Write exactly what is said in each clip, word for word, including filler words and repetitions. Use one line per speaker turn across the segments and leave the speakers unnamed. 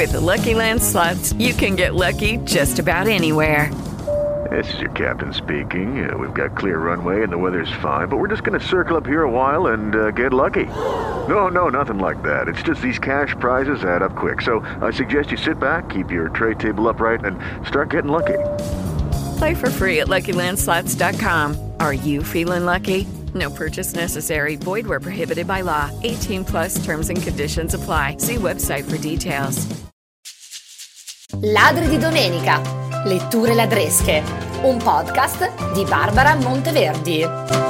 With the Lucky Land Slots, you can get lucky just about anywhere.
This is your captain speaking. Uh, we've got clear runway and the weather's fine, but we're just going to circle up here a while and uh, get lucky. No, no, nothing like that. It's just these cash prizes add up quick. So I suggest you sit back, keep your tray table upright, and start getting lucky.
Play for free at Lucky Land Slots dot com. Are you feeling lucky? No purchase necessary. Void where prohibited by law. eighteen plus terms and conditions apply. See website for details.
Ladri di domenica. Letture ladresche. Un podcast di Barbara Monteverdi.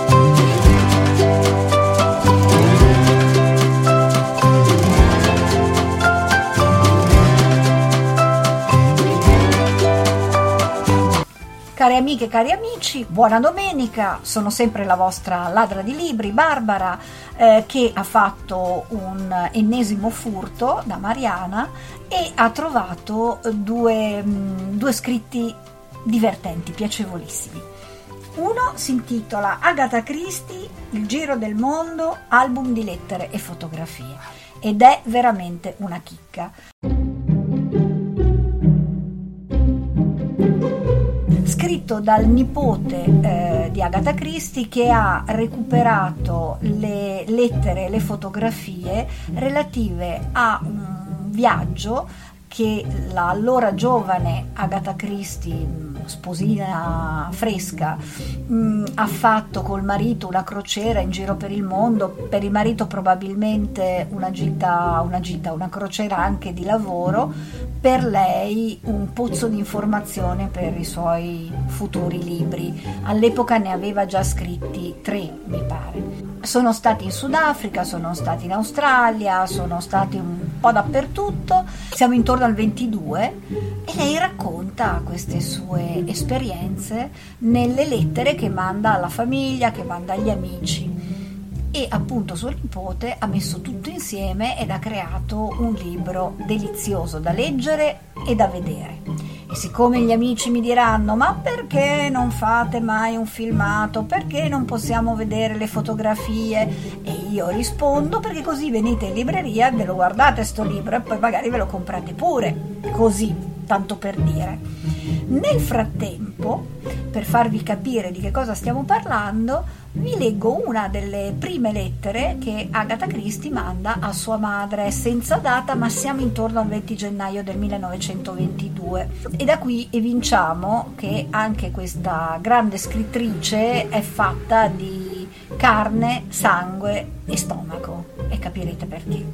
Cari amiche e cari amici, buona domenica, sono sempre la vostra ladra di libri, Barbara, eh, che ha fatto un ennesimo furto da Mariana e ha trovato due, mh, due scritti divertenti, piacevolissimi. Uno si intitola Agatha Christie, il giro del mondo, album di lettere e fotografie, ed è veramente una chicca. Scritto dal nipote eh, di Agatha Christie, che ha recuperato le lettere e le fotografie relative a un viaggio che la allora giovane Agatha Christie, sposina fresca, mh, ha fatto col marito una crociera in giro per il mondo. Per il marito probabilmente una gita, una gita, una crociera anche di lavoro, per lei un pozzo di informazione per i suoi futuri libri. All'epoca ne aveva già scritti tre, mi pare. Sono stati in Sudafrica, sono stati in Australia, sono stati un po' dappertutto. Siamo intorno al ventidue e lei racconta queste sue esperienze nelle lettere che manda alla famiglia, che manda agli amici. E appunto suo nipote ha messo tutto insieme ed ha creato un libro delizioso da leggere e da vedere. E siccome gli amici mi diranno: ma perché non fate mai un filmato? Perché non possiamo vedere le fotografie? E io rispondo: perché così venite in libreria e ve lo guardate sto libro e poi magari ve lo comprate pure, così, tanto per dire. Nel frattempo, per farvi capire di che cosa stiamo parlando, vi leggo una delle prime lettere che Agatha Christie manda a sua madre, senza data, ma siamo intorno al venti gennaio del millenovecentoventidue. E da qui evinciamo che anche questa grande scrittrice è fatta di carne, sangue e stomaco, e capirete perché.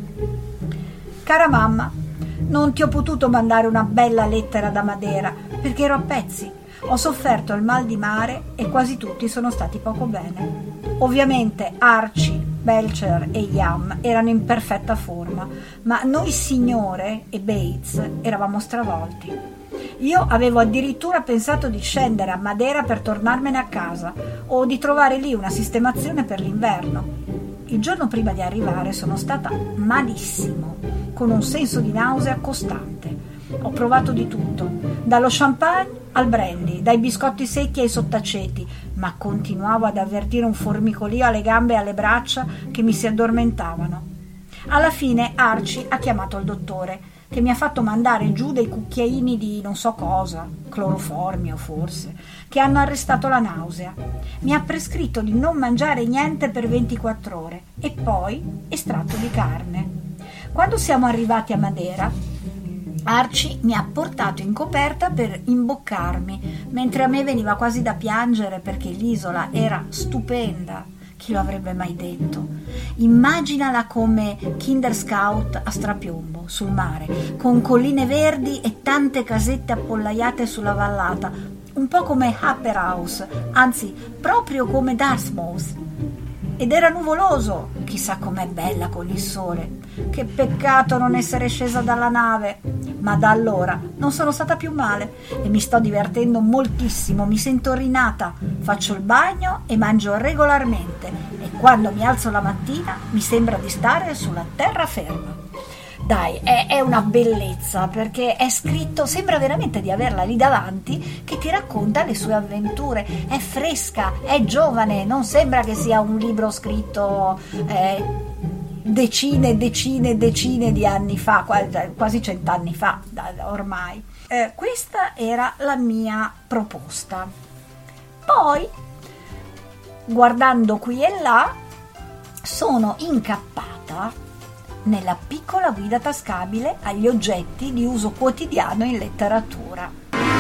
Cara mamma, non ti ho potuto mandare una bella lettera da Madeira perché ero a pezzi. Ho sofferto il mal di mare e quasi tutti sono stati poco bene. Ovviamente Archie, Belcher e Yam erano in perfetta forma, ma noi signore e Bates eravamo stravolti. Io avevo addirittura pensato di scendere a Madeira per tornarmene a casa o di trovare lì una sistemazione per l'inverno. Il giorno prima di arrivare sono stata malissimo, con un senso di nausea costante. Ho provato di tutto, dallo champagne al brandy, dai biscotti secchi ai sottaceti, ma continuavo ad avvertire un formicolio alle gambe e alle braccia che mi si addormentavano. Alla fine Archie ha chiamato il dottore, che mi ha fatto mandare giù dei cucchiaini di non so cosa, cloroformio forse, che hanno arrestato la nausea. Mi ha prescritto di non mangiare niente per ventiquattro ore e poi estratto di carne. Quando siamo arrivati a Madeira, Archie mi ha portato in coperta per imboccarmi, mentre a me veniva quasi da piangere perché l'isola era stupenda. Chi lo avrebbe mai detto? Immaginala come Kinder Scout a strapiombo sul mare, con colline verdi e tante casette appollaiate sulla vallata, un po' come Upper House, anzi proprio come Dartmouth. Ed era nuvoloso, chissà com'è bella con il sole. Che peccato non essere scesa dalla nave. Ma da allora non sono stata più male e mi sto divertendo moltissimo, mi sento rinata, faccio il bagno e mangio regolarmente e quando mi alzo la mattina mi sembra di stare sulla terraferma. Dai, è, è una bellezza, perché è scritto, sembra veramente di averla lì davanti, che ti racconta le sue avventure. È fresca, è giovane, non sembra che sia un libro scritto eh, decine e decine e decine di anni fa, quasi cent'anni fa ormai. Eh, questa era la mia proposta. Poi, guardando qui e là, sono incappata nella piccola guida tascabile agli oggetti di uso quotidiano in letteratura.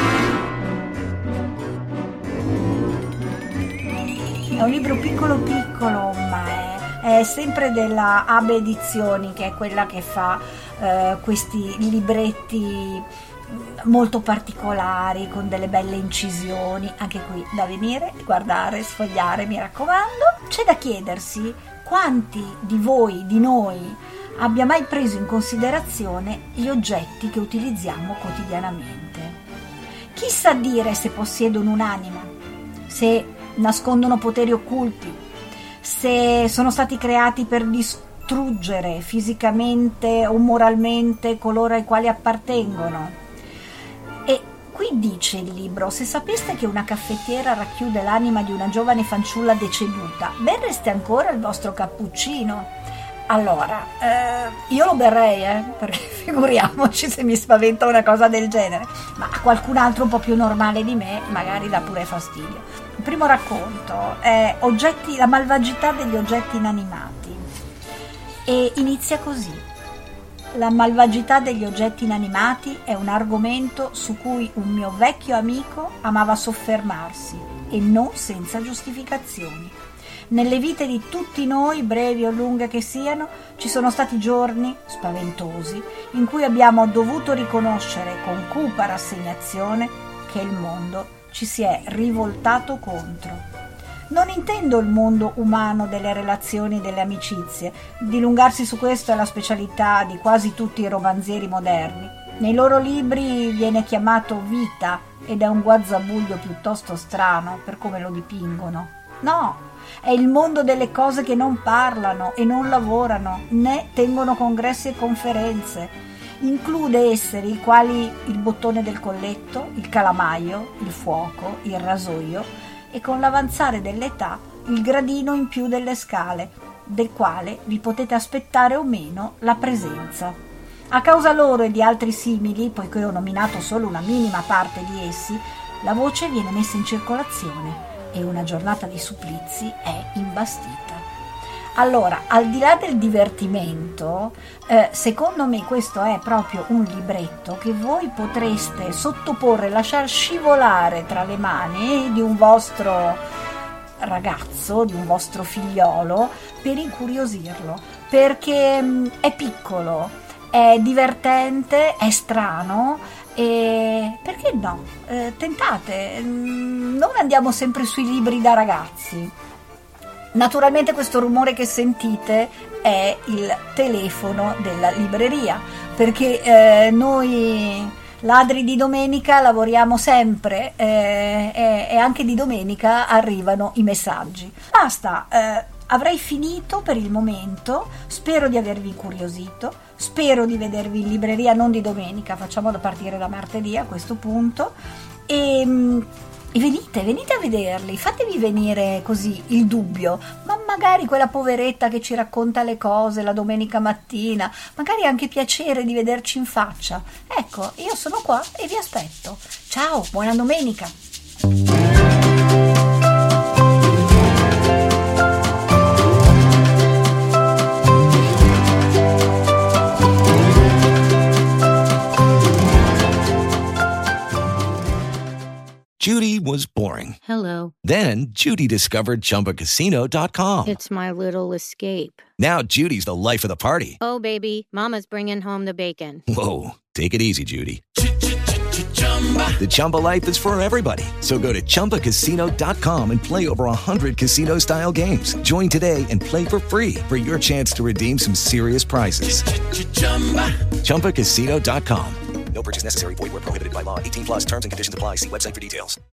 È un libro piccolo piccolo, ma è, è sempre della Abe Edizioni, che è quella che fa eh, questi libretti molto particolari, con delle belle incisioni, anche qui da venire, guardare, sfogliare, mi raccomando. C'è da chiedersi quanti di voi, di noi, abbia mai preso in considerazione gli oggetti che utilizziamo quotidianamente. Chi sa dire se possiedono un'anima, se nascondono poteri occulti, se sono stati creati per distruggere fisicamente o moralmente coloro ai quali appartengono. E qui dice il libro: se sapeste che una caffettiera racchiude l'anima di una giovane fanciulla deceduta, berreste ancora il vostro cappuccino? Allora, eh, io lo berrei, eh, perché figuriamoci se mi spaventa una cosa del genere, ma a qualcun altro un po' più normale di me magari dà pure fastidio. Il primo racconto è oggetti, la malvagità degli oggetti inanimati, e inizia così. La malvagità degli oggetti inanimati è un argomento su cui un mio vecchio amico amava soffermarsi, e non senza giustificazioni. Nelle vite di tutti noi, brevi o lunghe che siano, ci sono stati giorni spaventosi in cui abbiamo dovuto riconoscere con cupa rassegnazione che il mondo ci si è rivoltato contro. Non intendo il mondo umano delle relazioni e delle amicizie. Dilungarsi su questo è la specialità di quasi tutti i romanzieri moderni. Nei loro libri viene chiamato vita ed è un guazzabuglio piuttosto strano per come lo dipingono. No, è il mondo delle cose che non parlano e non lavorano, né tengono congressi e conferenze. Include esseri quali il bottone del colletto, il calamaio, il fuoco, il rasoio, e con l'avanzare dell'età il gradino in più delle scale, del quale vi potete aspettare o meno la presenza. A causa loro e di altri simili, poiché ho nominato solo una minima parte di essi, la voce viene messa in circolazione e una giornata di supplizi è imbastita. Allora, al di là del divertimento, eh, secondo me questo è proprio un libretto che voi potreste sottoporre, lasciar scivolare tra le mani di un vostro ragazzo, di un vostro figliolo, per incuriosirlo, perché mh, è piccolo, è divertente, è strano, e perché no? Eh, tentate, mh, non andiamo sempre sui libri da ragazzi. Naturalmente questo rumore che sentite è il telefono della libreria, perché eh, noi ladri di domenica lavoriamo sempre eh, e, e anche di domenica arrivano i messaggi. Basta, eh, avrei finito per il momento, spero di avervi incuriosito, spero di vedervi in libreria non di domenica, facciamo da partire da martedì a questo punto, e... E venite, venite a vederli, fatevi venire così il dubbio, ma magari quella poveretta che ci racconta le cose la domenica mattina, magari anche piacere di vederci in faccia. Ecco, io sono qua e vi aspetto. Ciao, buona domenica!
Judy was boring.
Hello.
Then Judy discovered Chumba Casino dot com.
It's my little escape.
Now Judy's the life of the party.
Oh, baby, mama's bringing home the bacon.
Whoa, take it easy, Judy. The Chumba life is for everybody. So go to Chumba Casino dot com and play over one hundred casino-style games. Join today and play for free for your chance to redeem some serious prizes. Chumba Casino dot com. No purchase necessary. Void where prohibited by law. eighteen plus terms and conditions apply. See website for details.